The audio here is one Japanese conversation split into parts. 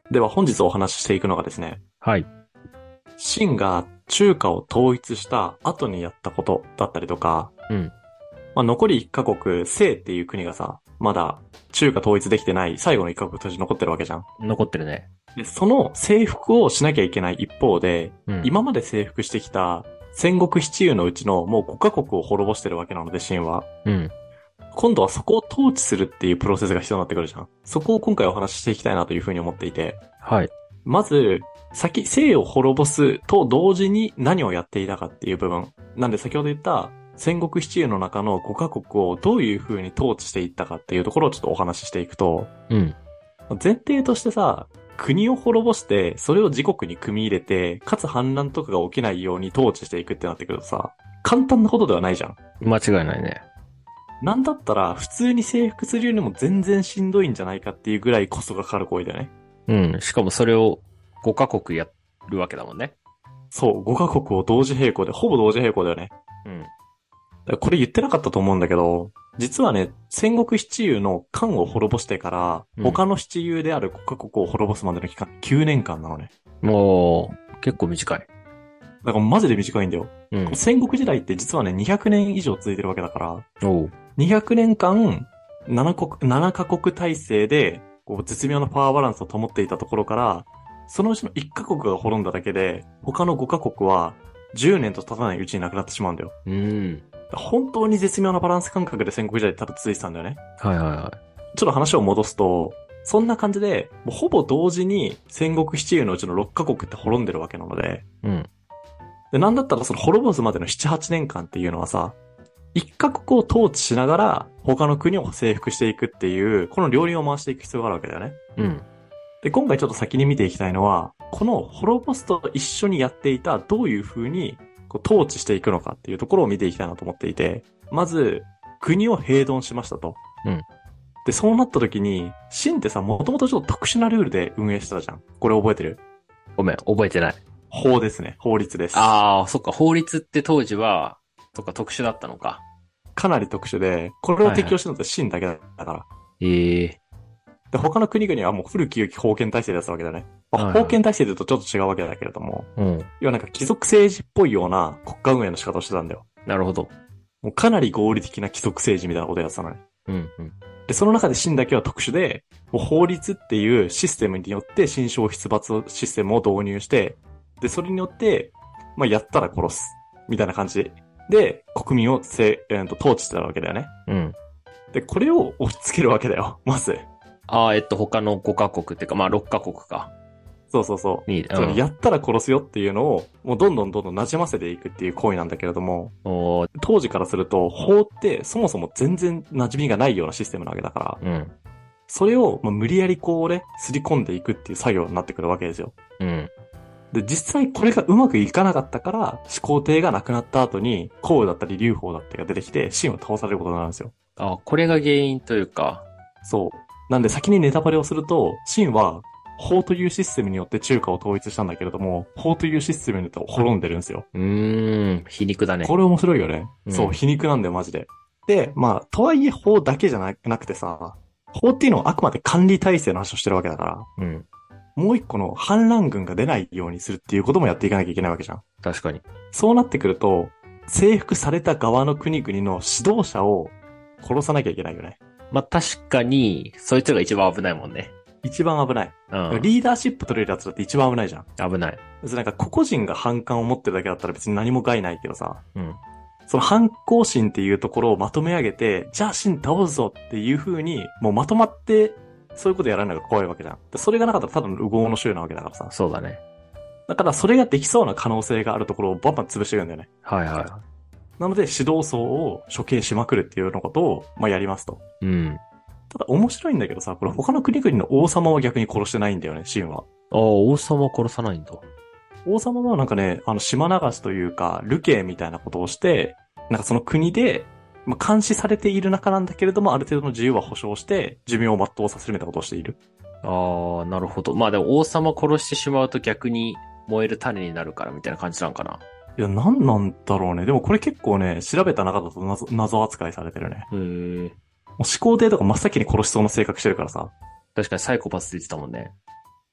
では本日お話ししていくのがですね、 はい。 秦が中華を統一した後にやったことだったりとか、 うん。 残り1カ国、清っていう国がさ、まだ中華統一できてない最後の1カ国として残ってるわけじゃん。 残ってるね。 で、その征服をしなきゃいけない一方で、 うん。 今まで征服してきた戦国七雄のうちのもう5カ国を滅ぼしてるわけなので、秦は。 うん。 今度はそこを統治するっていうプロセスが必要になってくるじゃん。そこを今回お話ししていきたいなというふうに思っていて。 はい。 まず、西を滅ぼすと同時に何をやっていたかっていう部分。なんで先ほど言った戦国七雄の中の5カ国をどういう風に統治していったかっていうところをちょっとお話ししていくと、 うん。 前提としてさ、国を滅ぼして、それを自国に組み入れて、かつ反乱とかが起きないように統治していくってなってくるとさ、簡単なことではないじゃん。 間違いないね。 なんだったら、普通に征服するよりも全然しんどいんじゃないかっていうぐらいコストがかかる行為だよね。 うん。しかもそれを5カ国やるわけだもんね。 そう、5カ国を同時並行で、ほぼ同時並行だよね。 うん。 これ言ってなかったと思うんだけど、実はね、戦国七雄の漢を滅ぼしてから、 うん。 他の七雄である5カ国を滅ぼすまでの期間、9年間なのね。 もう、結構短い。 だからマジで短いんだよ。 うん。 戦国時代って実はね、200年以上続いてるわけだから、 おう。 200年間、7カ国体制で、絶妙なパワーバランスを保っていたところから、そのうちの1カ国が滅んだだけで、他の5カ国は10年と経たないうちに亡くなってしまうんだよ。 うん。 本当に絶妙なバランス感覚で戦国時代ただ続いてたんだよね。 はいはいはちょっと話を戻すと、そんな感じで、もうほぼ同時に戦国七雄のうちの6カ国って滅んでるわけなので、 い。うん。 で、なんだったらその滅ぼすまでの7、8年間っていうのはさ、一カ国を統治しながら他の国を征服していくっていう、この両輪を回していく必要があるわけだよね。 うん。 で、今回ちょっと先に見ていきたいのは、この滅ぼすと一緒にやっていたどういう風に統治していくのかっていうところを見ていきたいなと思っていて、まず、国を併存しましたと。 うん。 で、そうなった時に、秦ってさ、もともとちょっと特殊なルールで運営してたじゃん。これ覚えてる？ ごめん、覚えてない。 法ですね。法律です。 ああ、そっか、法律って当時は、そっか、特殊だったのか。 かなり特殊で、これをはいはい。 適用してるのって秦だけだから。 ええで、他の国々はもう古き良き封建体制でやってたわけだね。封はいは建体制で言うとちょっと違うわけだけれども、 い。うん。 要はなんか貴族政治っぽいような国家運営の仕方をしてたんだよ。 なるほど。 もうかなり合理的な貴族政治みたいなことをやってたのね。 うん、うん。 で、その中で秦だけは特殊で、もう法律っていうシステムによって新商出没システムを導入して、で、それによって、やったら殺す。みたいな感じで、国民を統治してたわけだよね。 うん。 で、これを押し付けるわけだよ。まず。 ああ、他の5カ国っていうか、まあ6カ国か。 そうそうそう。 に、うつまり、 ん。 やったら殺すよっていうのを、もうどんどんどんどん馴染ませていくっていう行為なんだけれども、 おー、 当時からすると、法ってそもそも全然馴染みがないようなシステムなわけだから、 うん。 それを、無理やりすり込んでいくっていう作業になってくるわけですよ。 うん。 で、実際これがうまくいかなかったから、始皇帝が亡くなった後に、項羽だったり劉邦だったりが出てきて、秦を倒されることになるんですよ。 あ、これが原因というか、 そう。なんで先にネタバレをすると、秦は、法というシステムによって中華を統一したんだけれども、法というシステムによって滅んでるんですよ。 皮肉だね。 これ面白いよね。そう、 うん。 皮肉なんだよ、マジで。で、とはいえ法だけじゃなくてさ、法っていうのはあくまで管理体制の話をしてるわけだから、 うん。 もう一個の反乱軍が出ないようにするっていうこともやっていかなきゃいけないわけじゃん。 確かに。 そうなってくると、征服された側の国々の指導者を殺さなきゃいけないよね。 まあ、確かに、そいつが一番危ないもんね。 一番危ない。 うん。 リーダーシップ取れるやつだって一番危ないじゃん。 危ない。 別になんか個々人が反感を持ってるだけだったら別に何も害ないけどさ、 うん。 その反抗心っていうところをまとめ上げて、じゃあ秦倒すぞっていう風に、もうまとまって、そういうことやられるのが怖いわけじゃん。それがなかったらただの右往の衆なわけだからさ。 そうだね。 だからそれができそうな可能性があるところをバンバン潰していくんだよね。 はいはなので指導層を処刑しまくるっていうようなことを、やりますと。 い。うん。 ただ面白いんだけどさ、これ他の国々の王様は逆に殺してないんだよね、秦は。 ああ、王様殺さないんだ。 王様はなんかね、島流しというか、流刑みたいなことをして、なんかその国で、監視されている中なんだけれども、ある程度の自由は保障して、寿命を全うさせるみたいなことをしている。 ああ、なるほど。まあでも王様殺してしまうと逆に燃える種になるからみたいな感じなんかな。 いや、なんなんだろうね。でもこれ結構ね、調べた中だと謎扱いされてるね。 へえ。 もう始皇帝とか真っ先に殺しそうな性格してるからさ。 確かにサイコパスって言ってたもんね。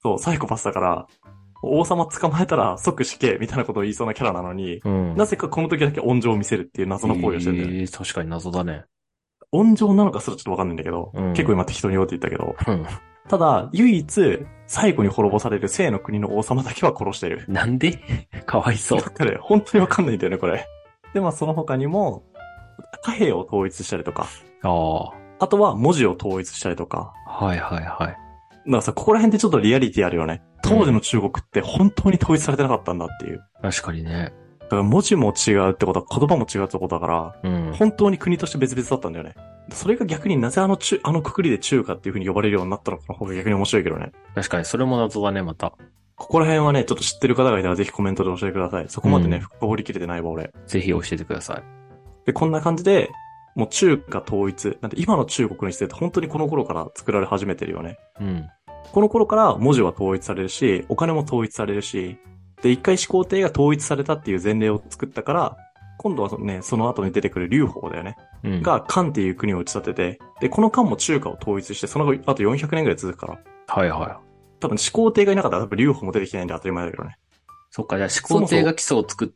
そう、サイコパスだから、王様捕まえたら即死刑みたいなことを言いそうなキャラなのに、 うん。 なぜかこの時だけ温情を見せるっていう謎の行為をしてるんだよね。 確かに謎だね。 温情なのかすらちょっとわかんないんだけど、 うん。 結構今適当に言おうって言ったけど、 うん。 ただ、唯一、最後に滅ぼされる聖の国の王様だけは殺してる。 なんでかわいそう。 だからね、本当にわかんないんだよね、これ。で、まあその他にも、貨幣を統一したりとか、 ああ。 あとは文字を統一したりとか、 はいはいはい。 だからさ、ここら辺でちょっとリアリティあるよね。当時の中国って本当に統一されてなかったんだっていう。 確かにね。 だから文字も違うってことは言葉も違うってことだから、 うん。 本当に国として別々だったんだよね。それが逆になぜあのくくりで中華っていう風に呼ばれるようになったのかの方が逆に面白いけどね。 確かに、それも謎だね、また。 ここら辺はね、ちょっと知ってる方がいたらぜひコメントで教えてください。そこまでね、 うん深掘りきれてないわ、俺。 ぜひ教えてください。 で、こんな感じで、もう中華統一。なんで今の中国の姿勢って本当にこの頃から作られ始めてるよね。 うん。 この頃から文字は統一されるし、お金も統一されるし、で、一回始皇帝が統一されたっていう前例を作ったから、今度はその後に出てくる劉邦だよね。 うん。 が、漢っていう国を打ち立てて、で、この漢も中華を統一して、その後、あと400年ぐらい続くから。 はいは多分始皇帝がいなかったら多分劉邦も出てきてないんで当たり前だけどね。 い。そっか、じゃあ始皇帝が基礎を作って、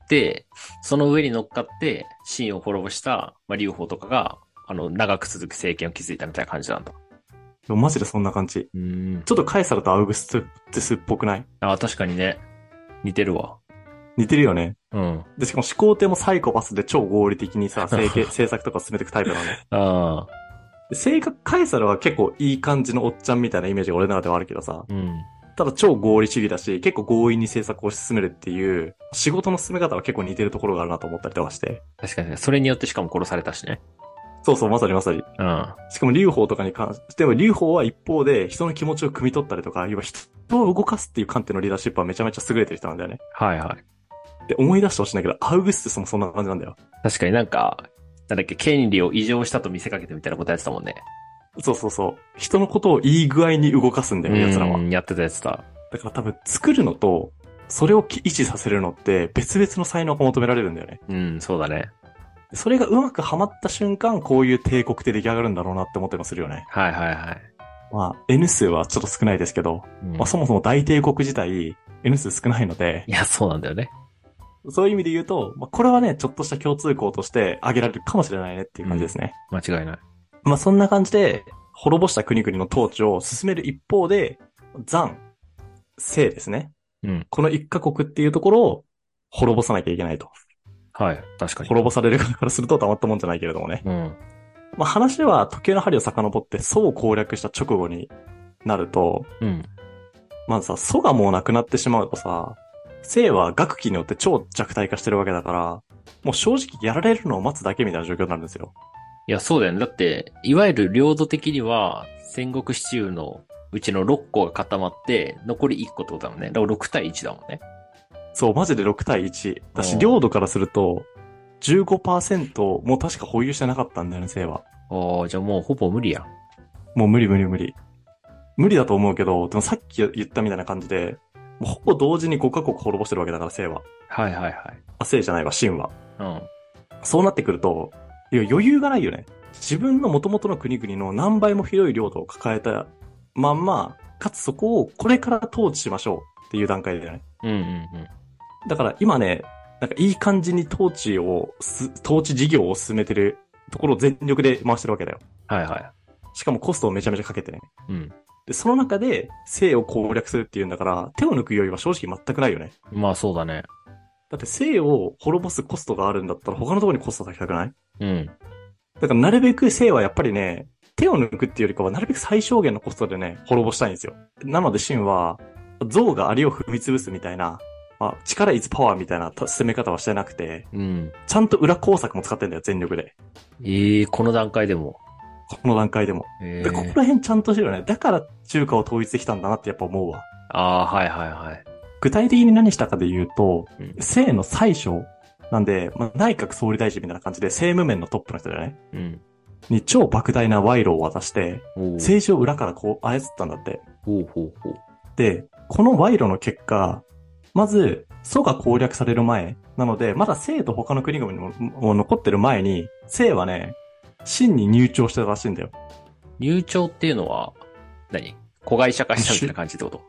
その上に乗っかって、秦を滅ぼした、まあ、劉邦とかが、長く続く政権を築いたみたいな感じなんだ。 でもマジでそんな感じ。 うん。 ちょっとカエサルとアウグストゥスっぽくない？ あ、確かにね。似てるわ。 似てるよね。 うん。 で、しかも始皇帝もサイコパスで超合理的にさ、政策とか進めていくタイプなのね。 ああ。 で性格、カエサルは結構いい感じのおっちゃんみたいなイメージが俺の中ではあるけどさ。 うん。 ただ超合理主義だし、結構強引に政策を進めるっていう、仕事の進め方は結構似てるところがあるなと思ったりとかして。 確かにね。それによってしかも殺されたしね。 そうそう、まさにまさに。 うん。 しかも劉邦とかに関しても、劉邦は一方で人の気持ちを汲み取ったりとか、要は人を動かすっていう観点のリーダーシップはめちゃめちゃ優れてる人なんだよね。 はいはい。 で、思い出してほしいんだけど、アウグストゥスもそんな感じなんだよ。 確かになんか、なんだっけ、権利を異常したと見せかけてみたいなことやってたもんね。 そうそうそう。人のことをいい具合に動かすんだよ、奴らは。 やってたやつだ。 だから多分作るのと、それを維持させるのって別々の才能が求められるんだよね。 うん、そうだね。 それがうまくはまった瞬間、こういう帝国って出来上がるんだろうなって思ってもするよね。 はいはいはい。 まあ、N 数はちょっと少ないですけど、 うん、 まあそもそも大帝国自体、N 数少ないので、 いや、そうなんだよね。 そういう意味で言うと、まあこれはね、ちょっとした共通項として挙げられるかもしれないねっていう感じですね。 間違いない。 まあそんな感じで、滅ぼした国々の統治を進める一方で、残、清ですね。 うん。 この一カ国っていうところを滅ぼさなきゃいけないと。 はい、確かに。 滅ぼされる側からするとたまったもんじゃないけれどもね。 うん。 まあ話は時計の針を遡って宋を攻略した直後になると、 うん。 まずさ、蘇がもうなくなってしまうとさ、清は学期によって超弱体化してるわけだから、もう正直やられるのを待つだけみたいな状況になるんですよ。 いや、そうだよね。だって、いわゆる領土的には、戦国七雄のうちの6個が固まって、残り1個ってことだもんね。だから6対1だもんね。 そう、マジで6対1。だし、 うん領土からすると、15% も確か保有してなかったんだよね、清は。 ああ、じゃあもうほぼ無理やん。 もう無理無理無理。無理だと思うけど、でもさっき言ったみたいな感じで、もうほぼ同時に5カ国滅ぼしてるわけだから、清は。 はいはいはい。 清じゃないわ、秦は。 うん。 そうなってくると、いや余裕がないよね。自分の元々の国々の何倍も広い領土を抱えたまんま、かつそこをこれから統治しましょうっていう段階だよね。 うんうんうん。 だから今ね、なんかいい感じに統治事業を進めてるところを全力で回してるわけだよ。 はいはしかもコストをめちゃめちゃかけてね。 い。うん。 で、その中で、清を攻略するっていうんだから、手を抜く余裕は正直全くないよね。 まあそうだね。 だって清を滅ぼすコストがあるんだったら他のところにコスト割きたくない？ うん。 だからなるべく清はやっぱりね、手を抜くっていうよりかはなるべく最小限のコストでね、滅ぼしたいんですよ。なので秦は、象がアリを踏み潰すみたいな、まあ、力イズパワーみたいな攻め方はしてなくて、 うん。 ちゃんと裏工作も使ってんだよ、全力で。 この段階でも。 この段階でも。で、ここら辺ちゃんとしてるよね。だから中華を統一できたんだなってやっぱ思うわ。 ああ、はいはいはい。 具体的に何したかで言うと、 うん清の宰相なんで、まあ、内閣総理大臣みたいな感じで政務面のトップの人だよね。 うん。 に超莫大な賄賂を渡して、 おう政治を裏からこう操ったんだって。 ほうほうほう。 で、この賄賂の結果、まず、蘇が攻略される前、なので、まだ清と他の国々も残ってる前に、清はね、秦に入庁してたらしいんだよ。 入庁っていうのは何、子会社化したみたいな感じってこと？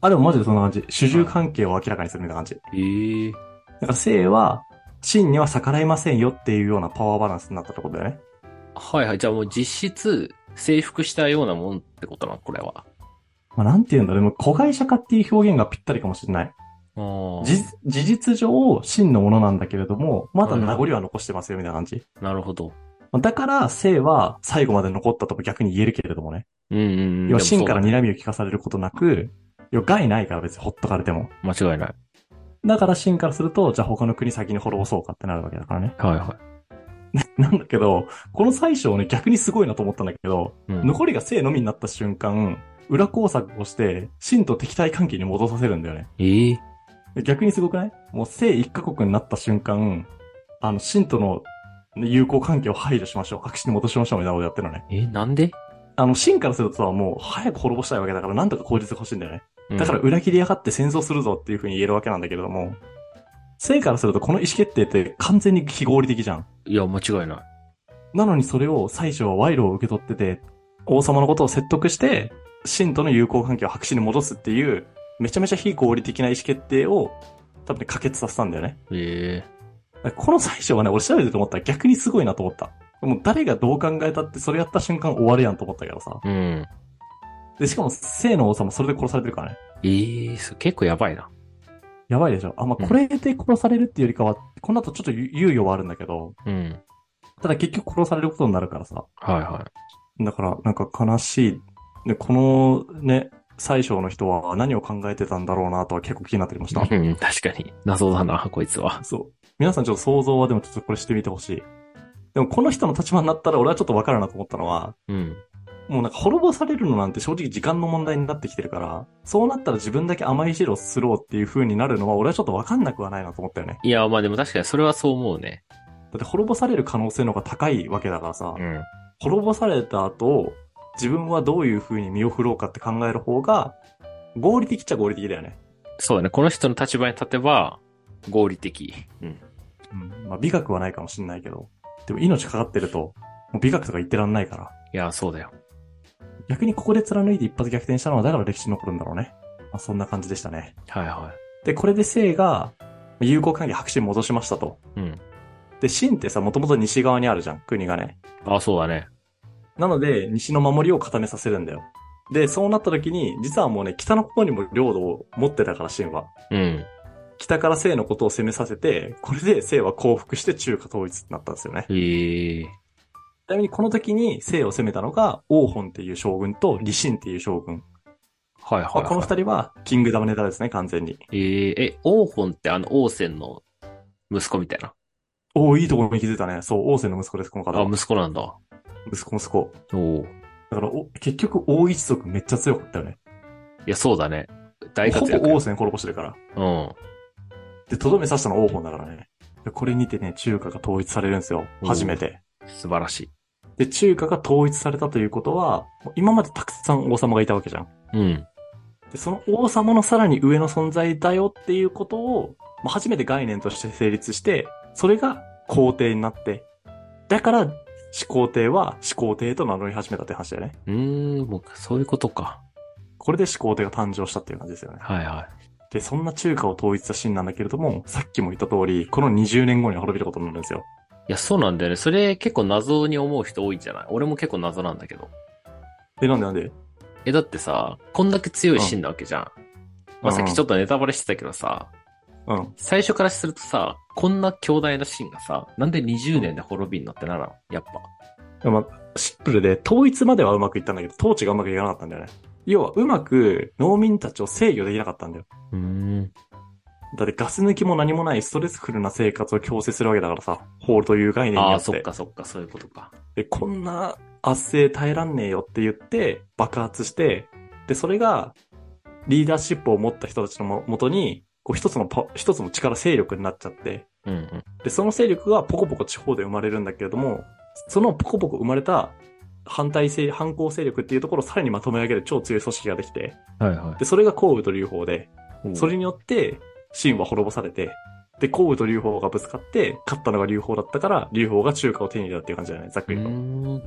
あ、でもマジでそんな感じ。主従関係を明らかにするみたいな感じ。 ええ。 だから生は、真には逆らいませんよっていうようなパワーバランスになったってことだよね。 はいはい。じゃあもう実質、征服したようなもんってことな、これは。 まあ、なんて言うんだろう。でも、子会社化っていう表現がぴったりかもしれない。 ああ。 事実上、真のものなんだけれども、まだはいはい。 名残は残してますよみたいな感じ。 なるほど。 だから、生は最後まで残ったとも逆に言えるけれどもね。 うんうんうん。 要は、 でもそうだね。 真から睨みを聞かされることなく、要は害ないから別にほっとかれても。 間違いない。 だから真からすると、じゃあ他の国先に滅ぼそうかってなるわけだからね。 はいはなんだけど、この最初ね、逆にすごいなと思ったんだけど、 い。うん。 残りが生のみになった瞬間、裏工作をして、真と敵対関係に戻させるんだよね。 ええ。 逆にすごくない？もう生一カ国になった瞬間、真との友好関係を排除しましょう。白紙に戻しましょうみたいなことやってるのね。 なんで？ 真からするとさ、もう早く滅ぼしたいわけだから、なんとか口実が欲しいんだよね。 うんだから裏切りやがって戦争するぞっていう風に言えるわけなんだけれども、生からするとこの意思決定って完全に非合理的じゃん。 いや、間違いない。 なのにそれを最初は賄賂を受け取ってて、王様のことを説得して、真との友好関係を白紙に戻すっていう、めちゃめちゃ非合理的な意思決定を、多分ね、可決させたんだよね。 えこの最初はね、俺調べてて思ったら逆にすごいなと思った。もう誰がどう考えたってそれやった瞬間終わるやんと思ったけどさ。 うん。 で、しかも、生の王様それで殺されてるからね。 結構やばいな。 やばいでしょ。まあ、これで殺されるっていうよりかは、この後ちょっと猶予はあるんだけど、 うん。 ただ結局殺されることになるからさ。 はいはだから、なんか悲しい。で、このね、最初の人は何を考えてたんだろうなとは結構気になってりました。 い。うん、確かに。謎だな、こいつは。 そう。皆さんちょっと想像はでもちょっとこれしてみてほしい。でもこの人の立場になったら俺はちょっとわかるなと思ったのは、 うん。 もうなんか滅ぼされるのなんて正直時間の問題になってきてるから、そうなったら自分だけ甘い汁をすろうっていう風になるのは俺はちょっとわかんなくはないなと思ったよね。 いや、まあでも確かにそれはそう思うね。 だって滅ぼされる可能性の方が高いわけだからさ、 うん。 滅ぼされた後、自分はどういう風に身を振ろうかって考える方が、合理的っちゃ合理的だよね。 そうだね。この人の立場に立てば、合理的。うん。 まあ美学はないかもしんないけど、でも命かかってると、もう美学とか言ってらんないから。 いや、そうだよ。 逆にここで貫いて一発逆転したのはだから歴史に残るんだろうね。まあそんな感じでしたね。 はいはで、これで生が、友好関係白紙に戻しましたと。 い。うん。 で、秦ってさ、もともと西側にあるじゃん、国がね。 あ、そうだね。 なので、西の守りを固めさせるんだよ。で、そうなった時に、実はもうね、北の方にも領土を持ってたから、秦は。 うん。 北から清のことを攻めさせて、これで清は降伏して中華統一になったんですよね。ちなみにこの時に清を攻めたのが、王本っていう将軍と李信っていう将軍。 はいはい、はい。 この二人は、キングダムネタですね、完全に。 王本って王翦の息子みたいな。 いいところに気づいたね。そう、王翦の息子です、この方は。 息子なんだ。 息子。 おだから、結局、王一族めっちゃ強かったよね。 いや、そうだね。大活躍。 ほぼ王翦滅ぼしてるから。 うん。 で、とどめ刺したのは王本だからね。これにてね、中華が統一されるんですよ。初めて。 素晴らしい。 で、中華が統一されたということは、今までたくさん王様がいたわけじゃん。 うん。 で、その王様のさらに上の存在だよっていうことを、初めて概念として成立して、それが皇帝になって、だから、始皇帝は始皇帝と名乗り始めたって話だよね。 もう、そういうことか。 これで始皇帝が誕生したっていう感じですよね。 はいはい。 で、そんな中華を統一したシーンなんだけれども、さっきも言った通り、この20年後に滅びることになるんですよ。 いや、そうなんだよね。それ結構謎に思う人多いんじゃない？俺も結構謎なんだけど。 なんでだってさ、こんだけ強いシーンなわけじゃん。まあ、さっきちょっとネタバレしてたけどさ、最初からするとさ、こんな強大なシーンがさ、なんで20年で滅びんのってならんやっぱ。 まあ、シンプルで、統一まではうまくいったんだけど、統治がうまくいかなかったんだよね。要は、うまく農民たちを制御できなかったんだよ。だってガス抜きも何もないストレスフルな生活を強制するわけだからさ、法という概念によって。 そっかそっか、そういうことか。 で、こんな圧政耐えらんねえよって言って爆発して、で、それがリーダーシップを持った人たちのもとに、こう一つの力勢力になっちゃって、で、その勢力がポコポコ地方で生まれるんだけれども、そのポコポコ生まれた反抗勢力っていうところをさらにまとめ上げる超強い組織ができて、で、それが項羽と劉邦で、それによって、秦は滅ぼされて、で、項羽と劉邦がぶつかって、勝ったのが劉邦だったから、劉邦が中華を手に入れたっていう感じじゃないざっくりと。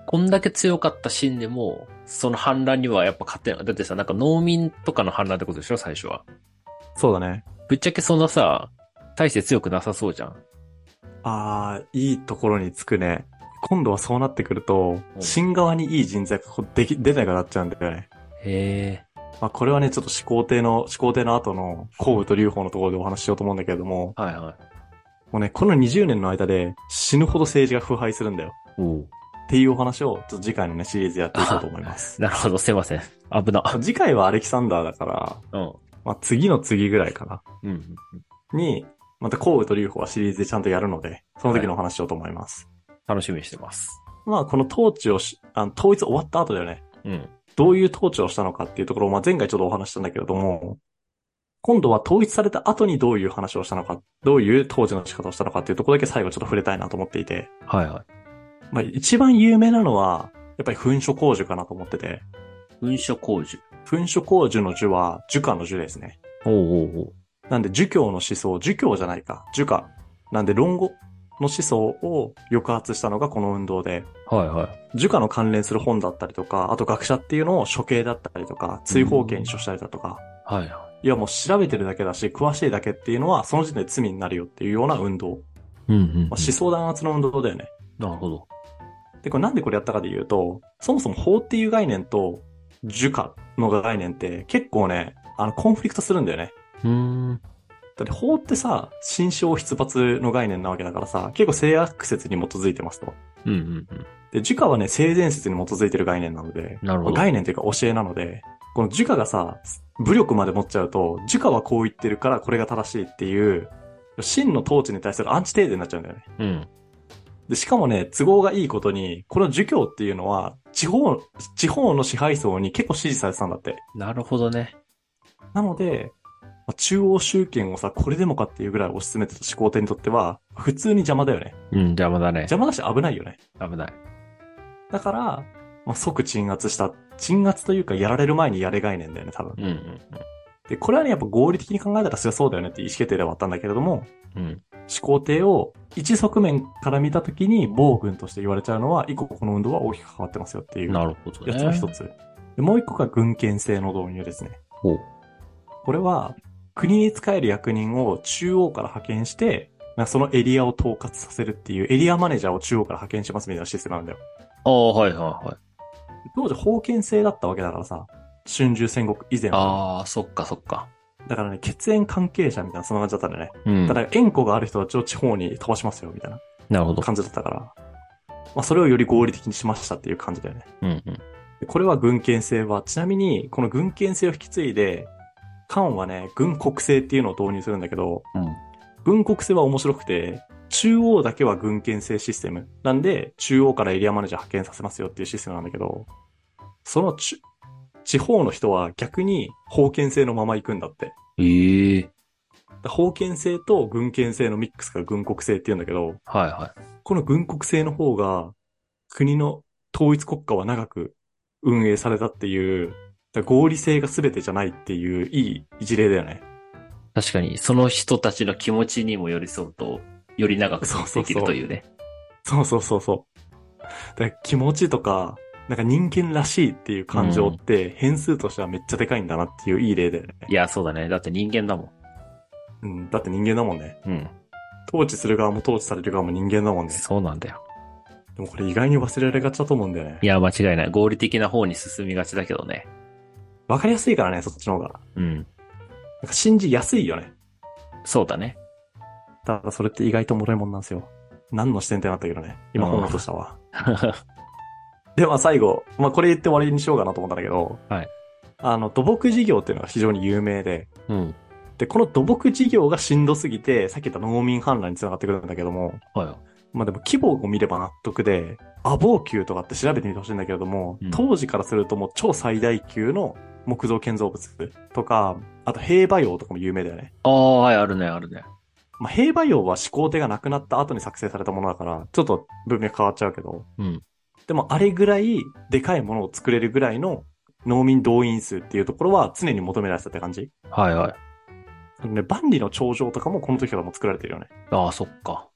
こんだけ強かった秦でも、その反乱にはやっぱ勝てない。だってさ、なんか農民とかの反乱ってことでしょ、最初は。 そうだね。 ぶっちゃけそんなさ、大して強くなさそうじゃん。 いいところにつくね。今度はそうなってくると、 うん。 新側にいい人材が出なくなっちゃうんだよね。 へえ。 まあ、これはね、ちょっと始皇帝の後の皇武と劉邦のところでお話ししようと思うんだけれども、 はいはい。 もうね、この20年の間で死ぬほど政治が腐敗するんだよ。 おう。 っていうお話を、ちょっと次回のね、シリーズやっていこうと思います。 なるほど、すいません。危な。 次回はアレキサンダーだから、 うん。 まあ、次の次ぐらいかな。 うん。 に、また皇武と劉邦はシリーズでちゃんとやるので、その時のお話しようと思います。 楽しみにしてます。 まあ、この統治を統一終わった後だよね。 うん。 どういう統治をしたのかっていうところを、まあ、前回ちょっとお話ししたんだけれども、今度は統一された後にどういう話をしたのか、どういう統治の仕方をしたのかっていうところだけ最後ちょっと触れたいなと思っていて、 はいはい。 まあ、一番有名なのは、やっぱり焚書工樹かなと思ってて、 文書工事。 焚書工樹の樹は、儒家の樹ですね。 おうおうおう。 なんで、儒教の思想、儒教じゃないか、儒家。なんで、論語の思想を抑圧したのがこの運動で、 はいはい。 儒家の関連する本だったりとか、あと学者っていうのを処刑だったりとか、追放刑に処したりだとか、 はいはい。 いやもう調べてるだけだし、詳しいだけっていうのは、その時点で罪になるよっていうような運動。 うんうん、うん。 まあ、思想弾圧の運動だよね。 なるほど。 で、これなんでこれやったかで言うと、そもそも法っていう概念と儒家の概念って結構ね、コンフリクトするんだよね。だって法ってさ、心象出発の概念なわけだからさ、結構性悪説に基づいてますと。 うんうんうん。 で、儒家はね、性善説に基づいてる概念なので、 なるほど。 概念というか教えなので、この儒家がさ、武力まで持っちゃうと、儒家はこう言ってるからこれが正しいっていう、真の統治に対するアンチテーゼになっちゃうんだよね。 うん。 で、しかもね、都合がいいことに、この儒教っていうのは、地方の支配層に結構支持されてたんだって。 なるほどね。 なので、中央集権をさ、これでもかっていうぐらい推し進めてた始皇帝にとっては、普通に邪魔だよね。 うん、邪魔だね。 邪魔だし危ないよね。 危ない。 だから、まあ、即鎮圧した。鎮圧というか、やられる前にやれ概念だよね、多分。 うんうんで、これはね、やっぱ合理的に考えたらそりゃそうだよねっていう意思決定ではあったんだけれども、 うん。うん。 始皇帝を一側面から見たときに暴君として言われちゃうのは、以降この運動は大きく変わってますよっていうなるほどね。 やつが一つ。でもう一個が軍権制の導入ですね。 ほう。 これは、国に仕える役人を中央から派遣して、そのエリアを統括させるっていうエリアマネージャーを中央から派遣しますみたいなシステムなんだよ。 ああ、はいはいはい。 当時封建制だったわけだからさ、春秋戦国以前は。 ああ、そっかそっか。 だからね、血縁関係者みたいなそんな感じだったんだよね。 うん。 ただ縁故がある人たちを地方に飛ばしますよみたいななるほど。 感じだったから、まあそれをより合理的にしましたっていう感じだよね。 うんうん。 でこれは軍権制は、ちなみにこの軍権制を引き継いで、漢はね、軍国制っていうのを導入するんだけど、 うん。 軍国制は面白くて、中央だけは軍権制システム。なんで、中央からエリアマネージャー派遣させますよっていうシステムなんだけど、その地方の人は逆に封建制のまま行くんだって。 ええ。 封建制と軍権制のミックスが軍国制って言うんだけど、 はいはい。 この軍国制の方が国の統一国家は長く運営されたっていう、合理性が全てじゃないっていういい事例だよね。 確かに、その人たちの気持ちにも寄り添うと、より長くできるというね。 そうそうそうそう。だから気持ちとか、なんか人間らしいっていう感情って変数としてはめっちゃでかいんだなっていういい例だよね。 いや、そうだね。だって人間だもん。 うん、だって人間だもんね。 うん。 統治する側も統治される側も人間だもんね。 そうなんだよ。 でもこれ意外に忘れられがちだと思うんだよね。 いや、間違いない。合理的な方に進みがちだけどね。 わかりやすいからね、そっちの方が。 うん。 なんか信じやすいよね。 そうだね。 ただそれって意外と脆いもんなんですよ。何の視点ってなったけどね。今本落としたわ。で、まあ最後、まあこれ言って終わりにしようかなと思ったんだけど、 はい。 土木事業っていうのが非常に有名で、 うん。 で、この土木事業がしんどすぎて、さっき言った農民反乱につながってくるんだけども、 はい。 まあでも規模を見れば納得で、阿房宮とかって調べてみてほしいんだけれども、 うん当時からするともう超最大級の木造建造物とか、あと兵馬俑とかも有名だよね。 ああ、はい、あるね、あるね。 まあ兵馬俑は始皇帝が亡くなった後に作成されたものだから、ちょっと文脈変わっちゃうけど、 うん。 でもあれぐらいでかいものを作れるぐらいの農民動員数っていうところは常に求められてたって感じ。 はいはい。 万里の長城とかもこの時からもう作られてるよね。 ああ、そっか。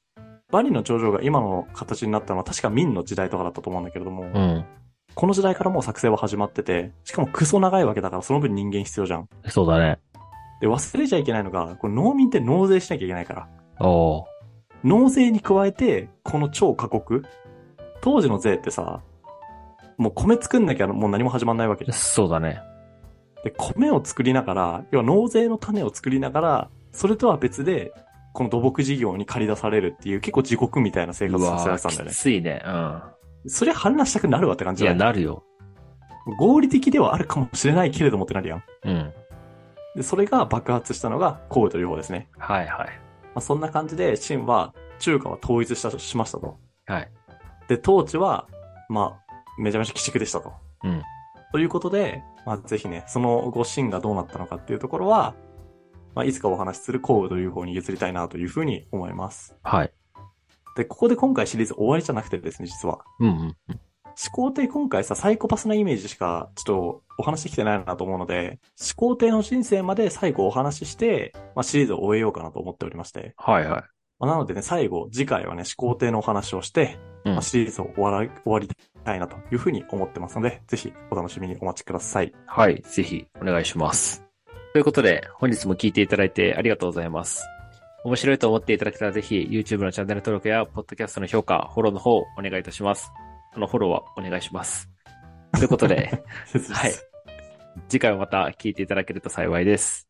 万里の長城が今の形になったのは確か明の時代とかだったと思うんだけれども、 うん。 この時代からもう作成は始まってて、しかもクソ長いわけだからその分人間必要じゃん。 そうだね。 で、忘れちゃいけないのが、これ農民って納税しなきゃいけないから。 おー。 納税に加えて、この超過酷。当時の税ってさ、もう米作んなきゃもう何も始まんないわけじゃん。 そうだね。 で、米を作りながら、要は納税の種を作りながら、それとは別で、この土木事業に借り出されるっていう結構地獄みたいな生活させられてたんだよね。 きついね。うん。 そりゃ反乱したくなるわって感じだよ。 いや、なるよ。 合理的ではあるかもしれないけれどもってなるやん。 うん。 で、それが爆発したのが項羽という方ですね。 はいはい。 そんな感じで、秦は中華は統一しましたと。 はい。 で、統治は、めちゃめちゃ鬼畜でしたと。 うん。 ということで、ぜひね、その後秦がどうなったのかっていうところは、いつかお話しする項羽という方に譲りたいなというふうに思います。 はい。 で、ここで今回シリーズ終わりじゃなくてですね、実は。 うんうんうん。 始皇帝今回さ、サイコパスなイメージしか、ちょっとお話できてないなと思うので、始皇帝の人生まで最後お話しして、シリーズを終えようかなと思っておりまして。 はいはい。 なのでね、最後、次回はね、始皇帝のお話をして、シリーズを終わりたいなというふうに思ってますので、ぜひお楽しみにお待ちください。 はい、ぜひお願いします。ということで、本日も聞いていただいてありがとうございます。面白いと思っていただけたらぜひ YouTube のチャンネル登録や Podcast の評価、フォローの方お願いいたします。フォローはお願いします。ということで、はい。次回もまた聞いていただけると幸いです。